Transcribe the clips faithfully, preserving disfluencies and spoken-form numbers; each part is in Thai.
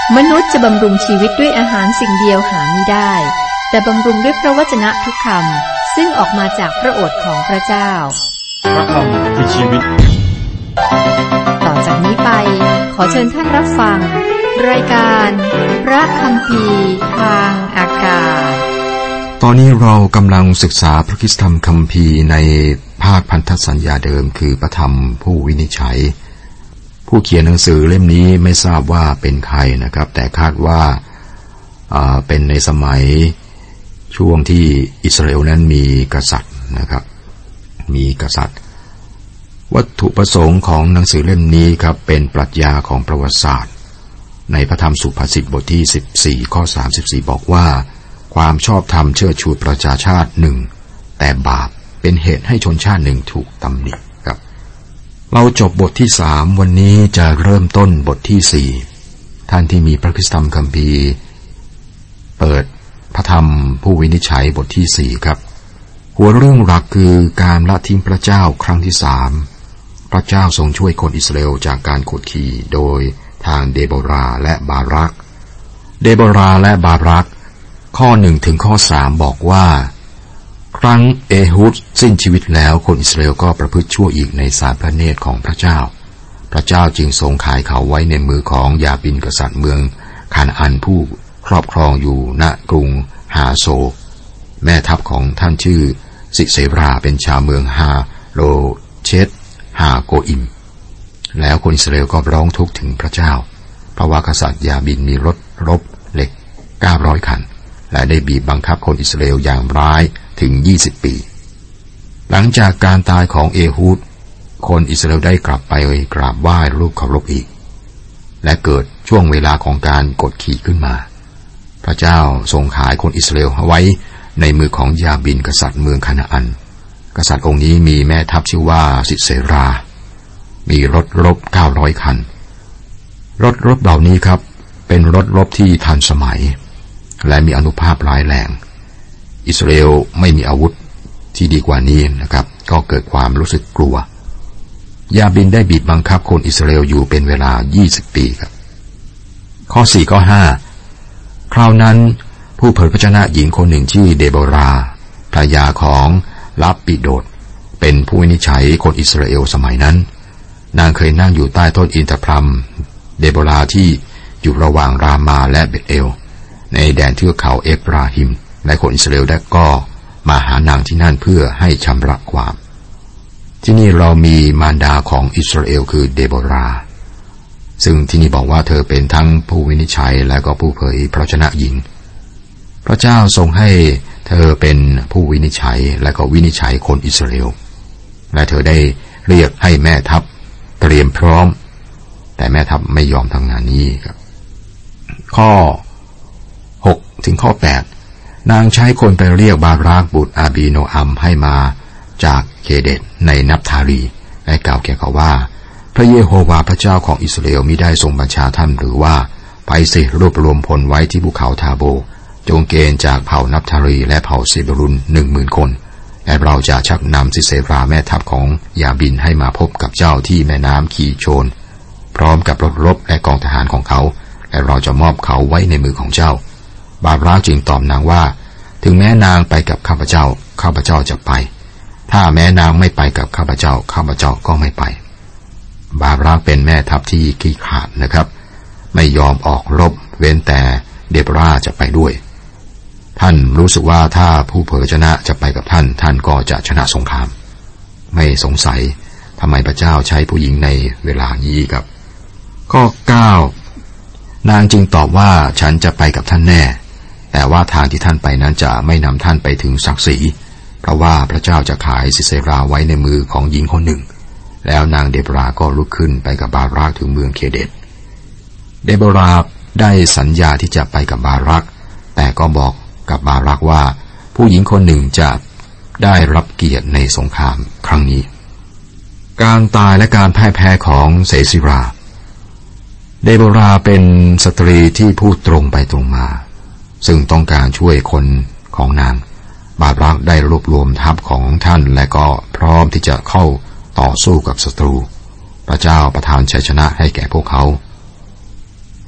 มนุษย์จะบำรุงชีวิตด้วยอาหารสิ่งเดียวหาไม่ได้แต่บำรุงด้วยพระวจนะทุกคำซึ่งออกมาจากพระโอษฐ์ของพระเจ้าพระคำคือชีวิตต่อจากนี้ไปขอเชิญท่านรับฟังรายการพระคัมภีร์ทางอากาศตอนนี้เรากำลังศึกษาพระคริสตธรรมคัมภีร์ในภาคพันธสัญญาเดิมคือพระธรรมผู้วินิจฉัยผู้เขียนหนังสือเล่มนี้ไม่ทราบว่าเป็นใครนะครับแต่คาดว่าเป็นในสมัยช่วงที่อิสราเอลนั้นมีกษัตริย์นะครับมีกษัตริย์วัตถุประสงค์ของหนังสือเล่มนี้ครับเป็นปรัชญาของประวัติศาสตร์ในพระธรรมสุภาษิตบทที่สิบสี่ข้อสามสิบสี่บอกว่าความชอบธรรมเชิดชูประชาชาติหนึ่งแต่บาปเป็นเหตุให้ชนชาติหนึ่งถูกตำหนิครับเราจบบทที่สามวันนี้จะเริ่มต้นบทที่สี่ท่านที่มีพระคริสตธรรมคัมภีร์เปิดพระธรรมผู้วินิจฉัยบทที่สี่ครับหัวเรื่องหลักคือการละทิ้งพระเจ้าครั้งที่สามพระเจ้าทรงช่วยคนอิสราเอลจากการกดขี่โดยทางเดโบราและบารักเดโบราและบารักข้อหนึ่งถึงข้อสามบอกว่าครั้งเอฮุดสิ้นชีวิตแล้วคนอิสราเอลก็ประพฤติชั่วอีกในสายพระเนตรของพระเจ้าพระเจ้าจึงทรงขายเขาไว้ในมือของยาบินกษัตริย์เมืองคานาอันผู้ครอบครองอยู่ณกรุงฮาโซแม่ทัพของท่านชื่อซิเซราเป็นชาวเมืองฮาโลเชตฮาโกอิมแล้วคนอิสราเอลก็ร้องทุกข์ถึงพระเจ้าเพราะว่ากษัตริย์ยาบินมีรถรบเหล็กเก้าร้อยคันและได้บีบบังคับคนอิสราเอลอย่างร้ายถึงยี่สิบปีหลังจากการตายของเอฮูดคนอิสราเอลได้กลับไปกราบไหว้รูปเคารพอีกและเกิดช่วงเวลาของการกดขี่ขึ้นมาพระเจ้าทรงขายคนอิสราเอลไว้ในมือของยาบินกษัตริย์เมืองคานาอันกษัตริย์องค์นี้มีแม่ทัพชื่อว่าซิเซรามีรถรบเก้าร้อยคันรถรบเหล่านี้ครับเป็นรถรบที่ทันสมัยและมีอานุภาพร้ายแรงอิสราเอลไม่มีอาวุธที่ดีกว่านี้นะครับก็เกิดความรู้สึกกลัวยาบินได้บีบบังคับคนอิสราเอลอยู่เป็นเวลายี่สิบปีครับข้อสี่ข้อห้าคราวนั้นผู้เผยพระชนะหญิงคนหนึ่งชื่อเดโบราภรรยาของลับปิโดดเป็นผู้วินิจฉัยคนอิสราเอลสมัยนั้นนางเคยนั่งอยู่ใต้ต้นอินทผลัมเดโบราที่อยู่ระหว่างรามาและเบธเอลในแดนเทือกเขาเอฟราฮิมและคนอิสราเอลได้ก็มาหานางที่นั่นเพื่อให้ชำระความที่นี่เรามีมารดาของอิสราเอลคือเดโบราซึ่งที่นี่บอกว่าเธอเป็นทั้งผู้วินิจฉัยและก็ผู้เผยพระชนะหญิงพระเจ้าทรงให้เธอเป็นผู้วินิจฉัยและก็วินิจฉัยคนอิสราเอลและเธอได้เรียกให้แม่ทัพเตรียมพร้อมแต่แม่ทัพไม่ยอมทำงานนี้ครับข้อหกถึงข้อแปดนางใช้คนไปเรียกบารักบุตรอาบีโนอัมให้มาจากเคเดตในนับทารีและกล่าวแก่เขาว่าพระเยโฮวาห์พระเจ้าของอิสราเอลมิได้ทรงบัญชาท่านหรือว่าไปสิรวบรวมพลไว้ที่ภูเขาทาโบจงเกณฑ์จากเผ่านับทารีและเผ่าเซบรุนหนึ่งหมื่นคนและเราจะชักนำซิเซราแม่ทัพของยาบินให้มาพบกับเจ้าที่แม่น้ำคีโชนพร้อมกับรถรบและกองทหารของเขาและเราจะมอบเขาไว้ในมือของเจ้าบารักจึงตอบนางว่าถึงแม้นางไปกับข้าพเจ้าข้าพเจ้าจะไปถ้าแม้นางไม่ไปกับข้าพเจ้าข้าพเจ้าก็ไม่ไปบารักเป็นแม่ทัพที่ขี้ขลาดนะครับไม่ยอมออกรบเว้นแต่เดโบราจะไปด้วยท่านรู้สึกว่าถ้าผู้เผยชนะจะไปกับท่านท่านก็จะชนะสงครามไม่สงสัยทำไมพระเจ้าใช้ผู้หญิงในเวลานี้ครับข้อเก้านางจึงตอบว่าฉันจะไปกับท่านแน่แต่ว่าทางที่ท่านไปนั้นจะไม่นำท่านไปถึงศักดิ์ศรีเพราะว่าพระเจ้าจะขายซิเซราไว้ในมือของหญิงคนหนึ่งแล้วนางเดโบราก็ลุกขึ้นไปกับบารักถึงเมืองเคเดตเดโบราได้สัญญาที่จะไปกับบารักแต่ก็บอกกับบารักว่าผู้หญิงคนหนึ่งจะได้รับเกียรติในสงครามครั้งนี้การตายและการพ่ายแพ้ของเซซิราเดโบราเป็นสตรีที่พูดตรงไปตรงมาซึ่งต้องการช่วยคนของนางบารักได้รวบรวมทัพของท่านและก็พร้อมที่จะเข้าต่อสู้กับศัตรูพระเจ้าประทานชัยชนะให้แก่พวกเขา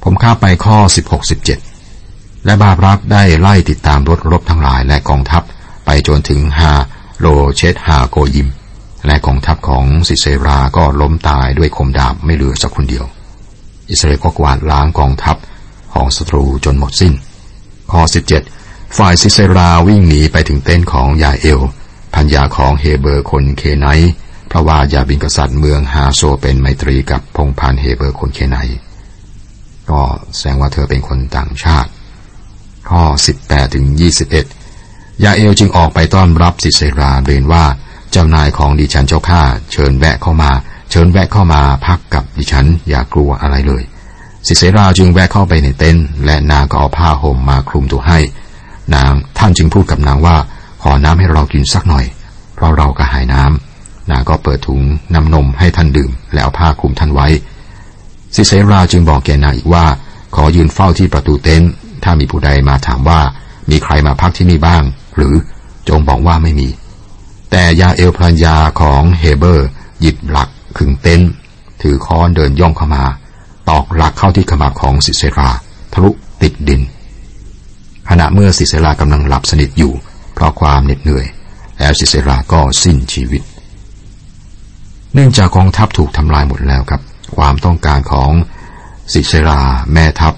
ผมข้าไปข้อสิบหก สิบเจ็ดและบารักได้ไล่ติดตามรถรบทั้งหลายและกองทัพไปจนถึงฮาโลเชตฮาโกยิมและกองทัพของซิเซราก็ล้มตายด้วยคมดาบไม่เหลือสักคนเดียวอิสราเอลก็กวาดล้างกองทัพของศัตรูจนหมดสิ้นข้อสิบเจ็ดฝ่ายซิเซราวิ่งหนีไปถึงเต็นท์ของยาเอลพันยาของเฮเบอร์คนเคไนเพราะว่ายาบินกษัตริย์เมืองฮาโซเป็นไมตรีกับพงศ์พันเฮเบอร์คนเคไนก็แสดงว่าเธอเป็นคนต่างชาติข้อสิบแปดถึงยี่สิบเอ็ดยาเอลจึงออกไปต้อนรับซิเซราเรียนว่าเจ้านายของดิฉันเจ้าข้าเชิญแวะเข้ามาเชิญแวะเข้ามาพักกับดิฉันอย่ากลัวอะไรเลยซิเซราจึงแวะเข้าไปในเต็นท์และนางก็เอาผ้าห่มมาคลุมตัวให้นางท่านจึงพูดกับนางว่าขอน้ำให้เรากินสักหน่อยเพราะเรากระหายน้ำนางก็เปิดถุงน้ำนมให้ท่านดื่มแล้วเอาผ้าคลุมท่านไว้ซิเซราจึงบอกแก่นางอีกว่าขอยืนเฝ้าที่ประตูเต็นท์ถ้ามีผู้ใดมาถามว่ามีใครมาพักที่นี่บ้างหรือจงบอกว่าไม่มีแต่ยาเอลภรรยาของเฮเบอร์หยิบหลักขึงเต็นท์ถือค้อนเดินย่องเข้ามาตอกหลักเข้าที่ขมับของซิเซราทะลุติดดินขณะเมื่อซิเซรากำลังหลับสนิทอยู่เพราะความเหน็ดเหนื่อยแล้วซิเซราก็สิ้นชีวิตเนื่องจากกองทัพถูกทำลายหมดแล้วครับความต้องการของซิเซราแม่ทัพ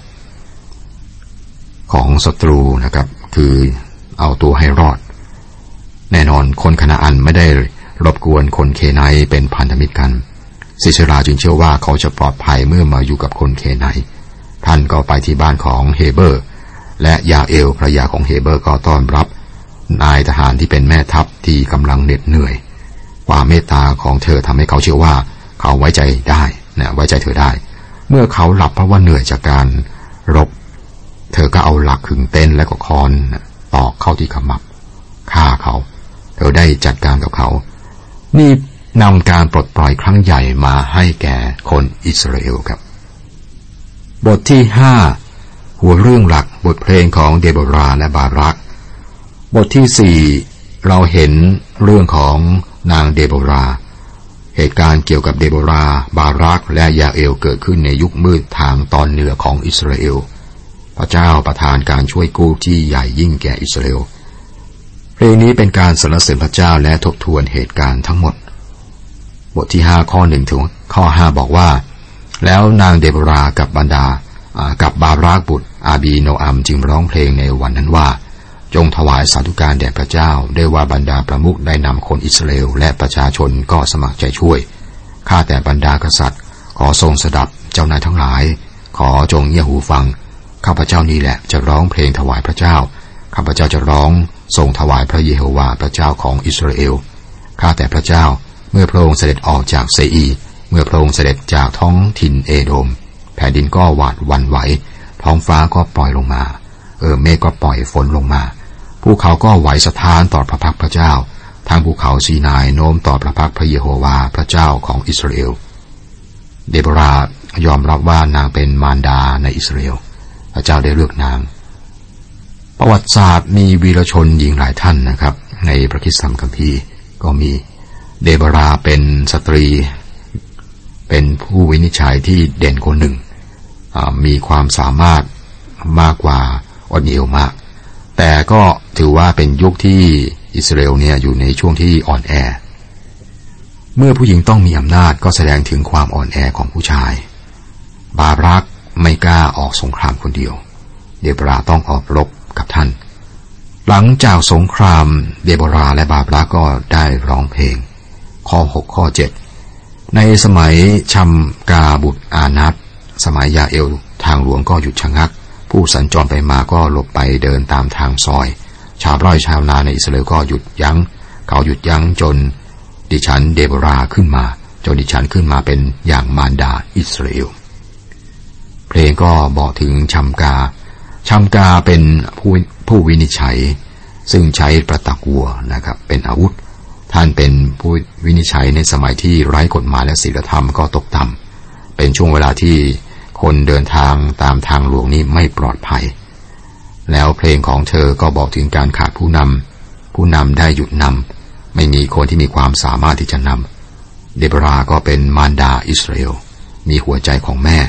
ของศัตรูนะครับคือเอาตัวให้รอดแน่นอนคนคณาอันไม่ได้รบกวนคนเคไนเป็นพันธมิตรกันซิเซราจึงเชื่อว่าเขาจะปลอดภัยเมื่อมาอยู่กับคนเคไนท่านก็ไปที่บ้านของเฮเบอร์และยาเอลภรรยาของเฮเบอร์ก็ต้อนรับนายทหารที่เป็นแม่ทัพที่กำลังเหน็ดเหนื่อยความเมตตาของเธอทำให้เขาเชื่อว่าเขาไว้ใจได้นะไว้ใจเธอได้เมื่อเขาหลับเพราะว่าเหนื่อยจากการรบเธอก็เอาหลักขึงเต็นท์และก็ค้อนตอกเข้าที่ขมับฆ่าเขาเธอได้จัดการกับเขานี่นำการปลดปล่อยครั้งใหญ่มาให้แก่คนอิสราเอลครับบทที่ห้าหัวเรื่องหลักบทเพลงของเดโบราและบารักบทที่สี่เราเห็นเรื่องของนางเดโบราเหตุการณ์เกี่ยวกับเดโบราบารักและยาเอลเกิดขึ้นในยุคมืดทางตอนเหนือของอิสราเอลพระเจ้าประทานการช่วยกู้ที่ใหญ่ยิ่งแก่อิสราเอลเพลงนี้เป็นการสรรเสริญพระเจ้าและทบทวนเหตุการณ์ทั้งหมดบทที่ห้าข้อหนึ่งถึงข้อห้าบอกว่าแล้วนางเดโบรากับบรรดากับบารักบุตรอาบีโนอัมจึงร้องเพลงในวันนั้นว่าจงถวายสาธุการแด่พระเจ้าได้ว่าบรรดาประมุขได้นำคนอิสราเอลและประชาชนก็สมัครใจช่วยข้าแต่บรรดากษัตริย์ขอทรงสดับเจ้านายทั้งหลายขอจงเงี่ยหูฟังข้าพเจ้านี่แหละจะร้องเพลงถวายพระเจ้าข้าพเจ้าจะร้องทรงถวายพระเยโฮวาห์พระเจ้าของอิสราเอลข้าแต่พระเจ้าเมื่อพระองค์เสด็จออกจากเซอีเมื่อพระองค์เสด็จจากท้องถิ่นเอโดมแผ่นดินก็หวาดหวั่นไหวท้องฟ้าก็ปล่อยลงมาเออเมฆก็ปล่อยฝนลงมาภูเขาก็ไหวสะท้านต่อพระพักพระเจ้าทางภูเขาซีนายโน้มต่อพระพักพระเยโฮวาห์พระเจ้าของอิสราเอลเดโบรายอมรับว่านางเป็นมารดาในอิสราเอลพระเจ้าได้เลือกนางประวัติศาสตร์มีวีรชนหญิงหลายท่านนะครับในพระคริสตธรรมคัมภีร์ก็มีเดโบราเป็นสตรีเป็นผู้วินิจฉัยที่เด่นคนหนึ่งมีความสามารถมากกว่าอดเอลมากแต่ก็ถือว่าเป็นยุคที่อิสราเอลเนี่ยอยู่ในช่วงที่อ่อนแอเมื่อผู้หญิงต้องมีอำนาจก็แสดงถึงความอ่อนแอของผู้ชายบารักไม่กล้าออกสงครามคนเดียวเดโบราต้องออกรบกับท่านหลังจากสงครามเดโบราและบารักก็ได้ร้องเพลงข้อหกข้อเจ็ดในสมัยชัมกาบุตรอานัตสมัยยาเอลทางหลวงก็หยุดชะงักผู้สัญจรไปมาก็หลบไปเดินตามทางซอยชาวไร่ชาวนาในอิสราเอลก็หยุดยั้งเขาหยุดยั้งจนดิฉันเดโบราขึ้นมาจนดิฉันขึ้นมาเป็นอย่างมารดาอิสราเอลเพลงก็บอกถึงชัมกาชัมกาเป็นผู้ผู้วินิจฉัยซึ่งใช้ประตักวัวนะครับเป็นอาวุธท่านเป็นผู้วินิจฉัยในสมัยที่ไร้กฎหมายและศีลธรรมก็ตกต่ำเป็นช่วงเวลาที่คนเดินทางตามทางหลวงนี้ไม่ปลอดภัยแล้วเพลงของเธอก็บอกถึงการขาดผู้นำผู้นำได้หยุดนำไม่มีคนที่มีความสามารถที่จะนำเดโบราก็เป็นมารดาอิสราเอลมีหัวใจของแม่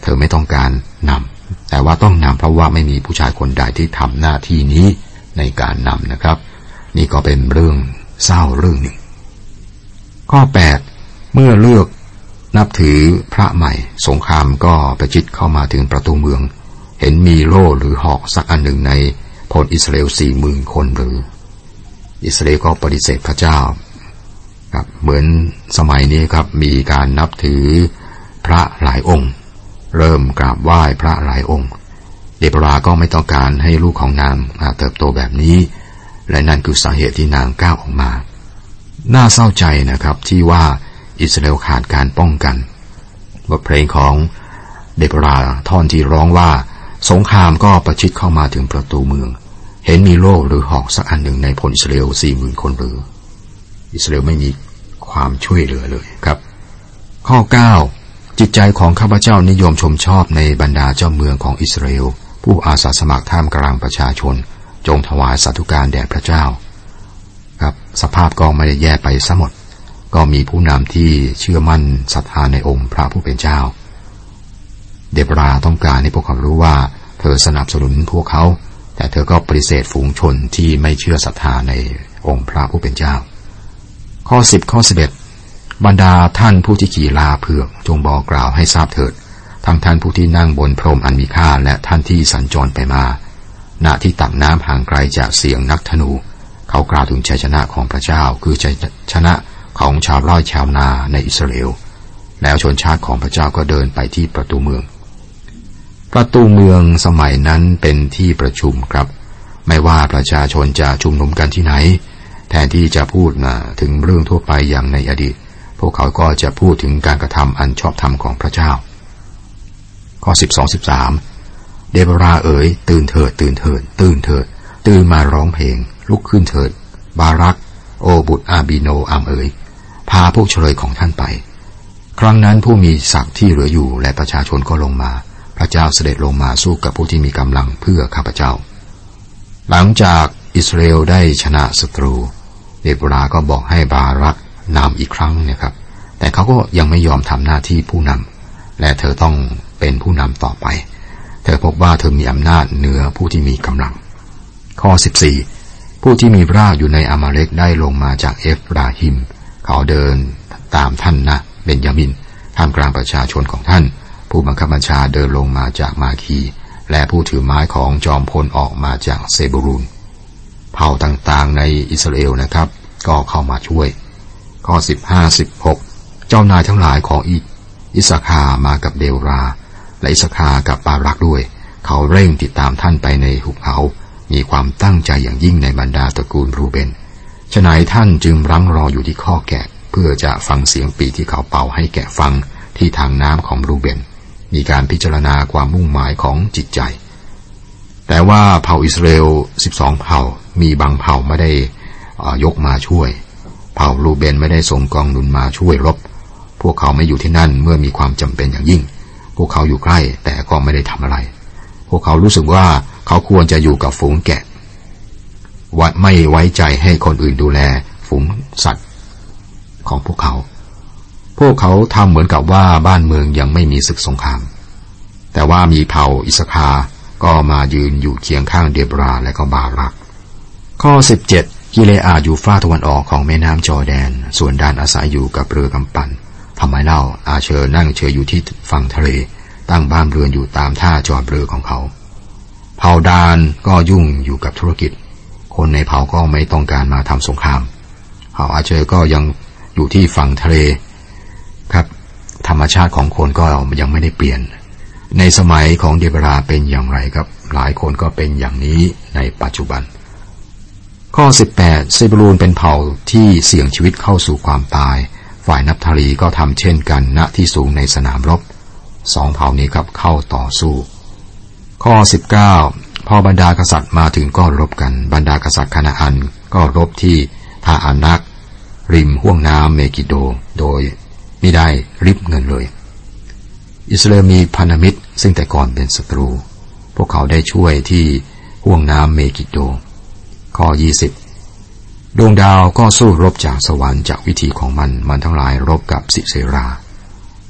เธอไม่ต้องการนำแต่ว่าต้องนำเพราะว่าไม่มีผู้ชายคนใดที่ทำหน้าที่นี้ในการนำนะครับนี่ก็เป็นเรื่องเศร้าเรื่องหนึ่งข้อแปดเมื่อเลือกนับถือพระใหม่สงครามก็ประชิดเข้ามาถึงประตูเมืองเห็นมีโล่หรือหอกสักอันหนึ่งในพลอิสราเอลสี่หมื่นคนหรืออิสราเอลก็ปฏิเสธพระเจ้าครับเหมือนสมัยนี้ครับมีการนับถือพระหลายองค์เริ่มกราบไหว้พระหลายองค์เดโบราก็ไม่ต้องการให้ลูกของนางเติบโตแบบนี้และนั่นคือสาเหตุที่นางก้าวออกมาน่าเศร้าใจนะครับที่ว่าอิสราเอลขาดการป้องกันบทเพลงของเดโบราท่อนที่ร้องว่าสงครามก็ประชิดเข้ามาถึงประตูเมืองเห็นมีโล่หรือหอกสักอันหนึ่งในพลอิสราเอลสี่หมื่นคนหรืออิสราเอลไม่มีความช่วยเหลือเลยครับข้อเก้าจิตใจของข้าพเจ้านิยมชมชอบในบรรดาเจ้าเมืองของอิสราเอลผู้อาสาสมัครท่ามกลางประชาชนจงถวายสาธุการแด่พระเจ้าครับสภาพก็ไม่ได้แย่ไปซะหมดก็มีผู้นำที่เชื่อมั่นศรัทธาในองค์พระผู้เป็นเจ้าเดโบราต้องการให้พวกเขารู้ว่าเธอสนับสนุนพวกเขาแต่เธอก็ปฏิเสธฝูงชนที่ไม่เชื่อศรัทธาในองค์พระผู้เป็นเจ้าข้อสิบข้อสิบเอ็ดบรรดาท่านผู้ที่ขี่ลาเผือกจงบอกกล่าวให้ทราบเถิดทั้งท่านผู้ที่นั่งบนพรหมอันมีค่าและท่านที่สัญจรไปมาณที่ตักน้ำห่างไกลจากเสียงนักธนูเขากล่าวถึงชัยชนะของพระเจ้าคือชัยชนะของชาวไร่ชาวนาในอิสราเอลแล้วชนชาติของพระเจ้าก็เดินไปที่ประตูเมืองประตูเมืองสมัยนั้นเป็นที่ประชุมครับไม่ว่าประชาชนจะชุมนุมกันที่ไหนแทนที่จะพูดมาถึงเรื่องทั่วไปอย่างในอดีตพวกเขาก็จะพูดถึงการกระทำอันชอบธรรมของพระเจ้าข้อสิบสอง สิบสามเดโบราเอ๋ยตื่นเถิดตื่นเถิดตื่นเถิดตื่นมาร้องเพลงลุกขึ้นเถิดบารักโอบุตรอาบิโนอามเอ๋ยพาพวกเฉลยของท่านไปครั้งนั้นผู้มีศักดิ์ที่เหลืออยู่และประชาชนก็ลงมาพระเจ้าเสด็จลงมาสู้กับผู้ที่มีกำลังเพื่อข้าพเจ้าหลังจากอิสราเอลได้ชนะศัตรูเดโบราก็บอกให้บารักนำอีกครั้งนะครับแต่เขาก็ยังไม่ยอมทำหน้าที่ผู้นำและเธอต้องเป็นผู้นำต่อไปเธอพบว่าเธอมีอำนาจเหนือผู้ที่มีกำลังข้อสิบสี่ผู้ที่มีรากอยู่ในอามาเลกได้ลงมาจากเอฟราฮิมเขาเดินตามท่านนะเบนยามินท่ามกลางประชาชนของท่านผู้บังคับบัญชาเดินลงมาจากมาคีและผู้ถือไม้ของจอมพลออกมาจากเซบูรูนเผ่าต่างๆในอิสราเอลนะครับก็เข้ามาช่วยข้อสิบห้า สิบหกเจ้านายทั้งหลายของอิสคามากับเดโบราและอิสคากับบารักด้วยเขาเร่งติดตามท่านไปในหุบเขามีความตั้งใจอย่างยิ่งในบรรดาตระกูลรูเบนฉะนั้นท่านจึงรั้งรออยู่ที่ข้อแกะเพื่อจะฟังเสียงปีที่เขาเป่าให้แกะฟังที่ทางน้ำของรูเบนมีการพิจารณาความมุ่งหมายของจิตใจแต่ว่าเผ่าอิสราเอลสิบสองเผ่ามีบางเผ่าไม่ได้ยกมาช่วยเผ่ารูเบนไม่ได้ส่งกองหนุนมาช่วยรบพวกเขาไม่อยู่ที่นั่นเมื่อมีความจำเป็นอย่างยิ่งพวกเขาอยู่ใกล้แต่ก็ไม่ได้ทำอะไรพวกเขารู้สึกว่าเขาควรจะอยู่กับฝูงแกะวัดไม่ไว้ใจให้คนอื่นดูแลฝูงสัตว์ของพวกเขาพวกเขาทำเหมือนกับว่าบ้านเมืองยังไม่มีศึกสงครามแต่ว่ามีเผ่าอิสคาก็มายืนอยู่เคียงข้างเดโบราและก็บารักข้อสิบเจ็ดกิเลอาอยู่ฝ้าตะวันออกของแม่น้ำจอร์แดนส่วนดานอาศัยอยู่กับเรือกำปั่นทำไมเล่าอาเชอร์นั่งเฉยอยู่ที่ฝั่งทะเลตั้งบ้านเรือนอยู่ตามท่าจอดเรือของเขาเผ่าดานก็ยุ่งอยู่กับธุรกิจคนในเผ่าก็ไม่ต้องการมาทำสงครามเผ่าอาเชอร์ก็ยังอยู่ที่ฝั่งทะเลครับธรรมชาติของคนก็ยังไม่ได้เปลี่ยนในสมัยของเดโบราเป็นอย่างไรครับหลายคนก็เป็นอย่างนี้ในปัจจุบันข้อสิบแปดเซบูลูนเป็นเผ่าที่เสี่ยงชีวิตเข้าสู่ความตายฝ่ายนับทาลีก็ทำเช่นกันณที่สูงในสนามรบสองเผ่านี้ครับเข้าต่อสู้ข้อสิบเก้าพอบรรดากษัตริย์มาถึงก็รบกันบรรดากษัตริย์คานาอันก็รบที่ทาอานักริมห้วงน้ำเมกิโดโดยไม่ได้ริบเงินเลยอิสราเอลมีพันธมิตรซึ่งแต่ก่อนเป็นศัตรูพวกเขาได้ช่วยที่ห้วงน้ำเมกิโดข้อยี่สิบดวงดาวก็สู้รบจากสวรรค์จากวิธีของมันมันทั้งหลายรบกับสิเซรา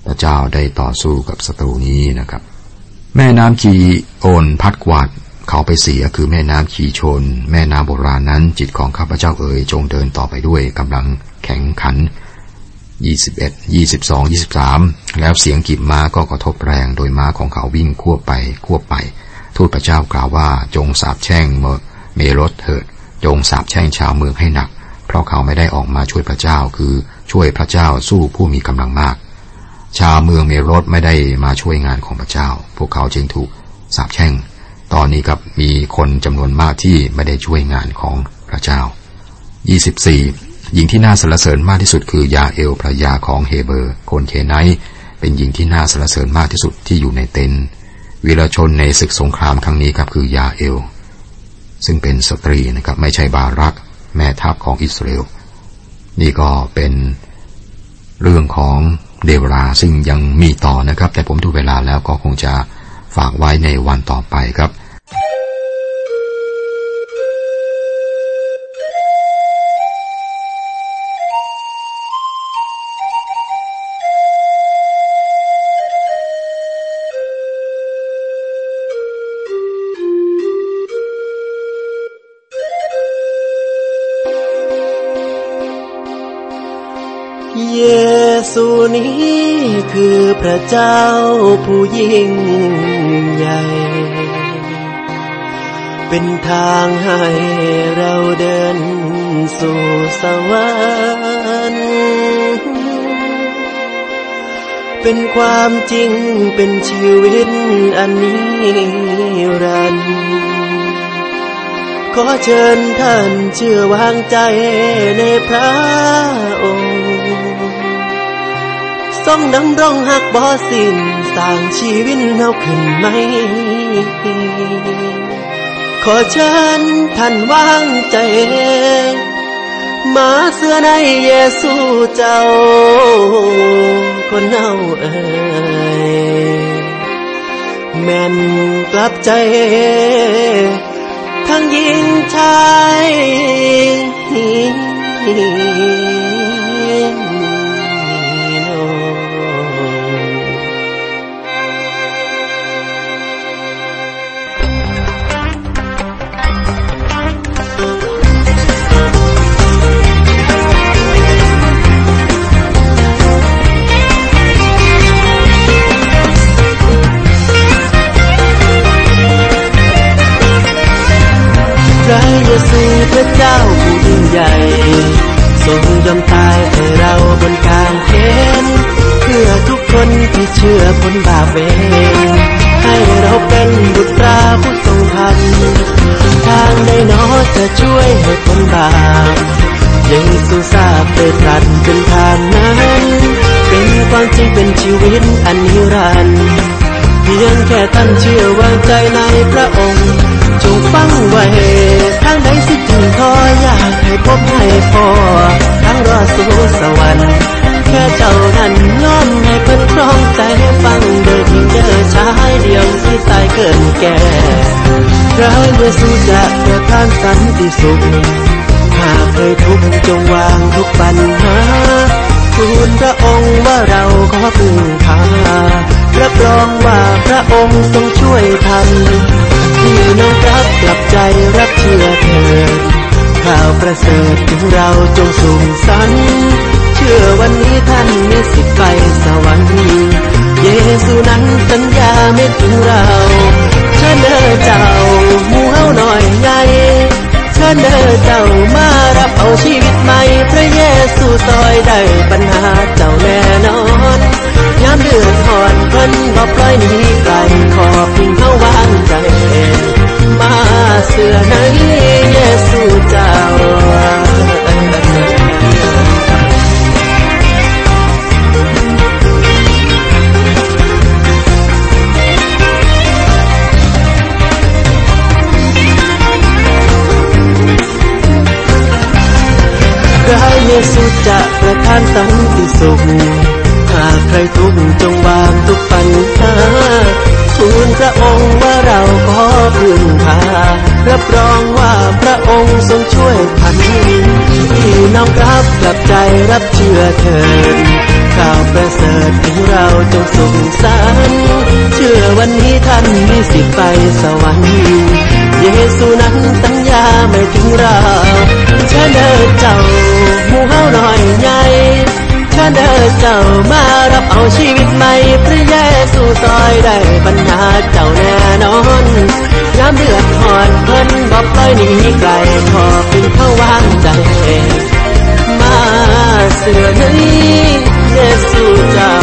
พระเจ้าได้ต่อสู้กับศัตรูนี้นะครับแม่น้ำคีโอนพัดกวาดเขาไปเสียคือแม่น้ำคีโชนแม่น้ำโบราณนั้นจิตของข้าพเจ้าเอ๋ยจงเดินต่อไปด้วยกำลังแข็งขันยี่สิบเอ็ด ยี่สิบสอง ยี่สิบสามแล้วเสียงกีบม้าก็กระทบแรงโดยม้าของเขาวิ่งควบไปควบไปทูตพระเจ้ากล่าวว่าจงสาปแช่งเมรสเถิดจงสาปแช่งชาวเมืองให้หนักเพราะเขาไม่ได้ออกมาช่วยพระเจ้าคือช่วยพระเจ้าสู้ผู้มีกำลังมากชาวเมืองเมรสไม่ได้มาช่วยงานของพระเจ้าพวกเขาจึงถูกสาปแช่งตอนนี้กับมีคนจำนวนมากที่ไม่ได้ช่วยงานของพระเจ้ายี่สิบสี่หญิงที่น่าสรรเสริญมากที่สุดคือยาเอลภรรยาของเฮเบอร์คนเคไนท์เป็นหญิงที่น่าสรรเสริญมากที่สุดที่อยู่ในเต็นท์วีรชนในศึกสงครามครั้งนี้ครับคือยาเอลซึ่งเป็นสตรีนะครับไม่ใช่บารักแม่ทัพของอิสราเอลนี่ก็เป็นเรื่องของเดโบราซึ่งยังมีต่อนะครับแต่ผมดูเวลาแล้วก็คงจะฝากไว้ในวันต่อไปครับเยซูนี้คือพระเจ้าผู้ยิ่งใหญ่เป็นทางให้เราเดินสู่สวรรค์เป็นความจริงเป็นชีวิตอันนิรันดร์ขอเชิญท่านเชื่อวางใจในพระองค์ทรงดำรงหักบ่สิ้นสร้างชีวิตเฮาขึ้นใหม่ขอเชิญท่านวางใจมาเสื้อในเยซูเจ้าคนเฮาเอ่ยแม่นกลับใจทั้งหญิงชายพระเยซูพระเจ้าผู้ยิ่งใหญ่ทรงยอมตายให้เราบนกางเขนเพื่อทุกคนที่เชื่อพ้นบาปเวรให้เราเป็นบุตรผู้ทรงธรรมทางใดหนอจะช่วยให้พ้นบาปเยซูทราบได้ตรัสจนทางนั้นเป็นความจริงเป็นชีวิตอันนิรันดร์เพียงแค่ท่านเชื่อวางใจในพระองค์จงฟังไว้ทางใดสิถึงท้ออยากให้พบให้พอทั้งรอสู่สวรรค์แค่เจ้านั้นยอมให้เพิ่นครองใจให้ฟังโดยที่เจอชายเดียวที่ตายเกินแก่พระเยซูจะประทานสันติสุขหากเคยทุกข์จงวางทุกปัญหาทูลพระองค์ว่าเราขอพึ่งพารับรองว่าพระองค์ทรงช่วยทำพี่น้องรับกลับใจรับเชื่อเถิดข่าวประเสริฐถึงเราจงสูงสันเชื่อวันนี้ท่านมีสิทธิ์ไปสวรรค์เยซูนั้นสัญญาไม่ทิ้งเราเชิญเด้อเจ้าหมู่เฮาหน่อยใหญ่เชิญเด้อเจ้ามารับเอาชีวิตใหม่พระเยซูซอยได้ปัญหาเจ้าแน่นอนยามเดือดร้อนเพิ่นบ่ปล่อยหนีไกลขอเพียงเฮาวางใจมาเสื้อในเยซูเจ้าพระเยซูจะประทานสันติสุขหากใครทุกข์จงวางทุกปัญหาทูลพระองค์ว่าเราขอพึ่งพารับรองว่าพระองค์ทรงช่วยทันพี่น้องรับกลับใจรับเชื่อเถิดข่ข่าวประเสริฐถึงเราจงสุขสันต์เชื่อวันนี้ท่านมีสิทธิ์ไปสวรรค์เยซูนั้นสัญญาไม่ทิ้งเราเชิญเดินเจ้าหมู่เฮาหน่อยใหญ่เชิญเดินเจ้ามารับเอาชีวิตใหม่พระเยซูซอยได้ปัญหาเจ้าแน่นอนยามเดือดร้อนเพิ่นบ่ปล่อยหนีไกลขอเป็นเขาวางใจมาเสื่อในเยซูเจ้า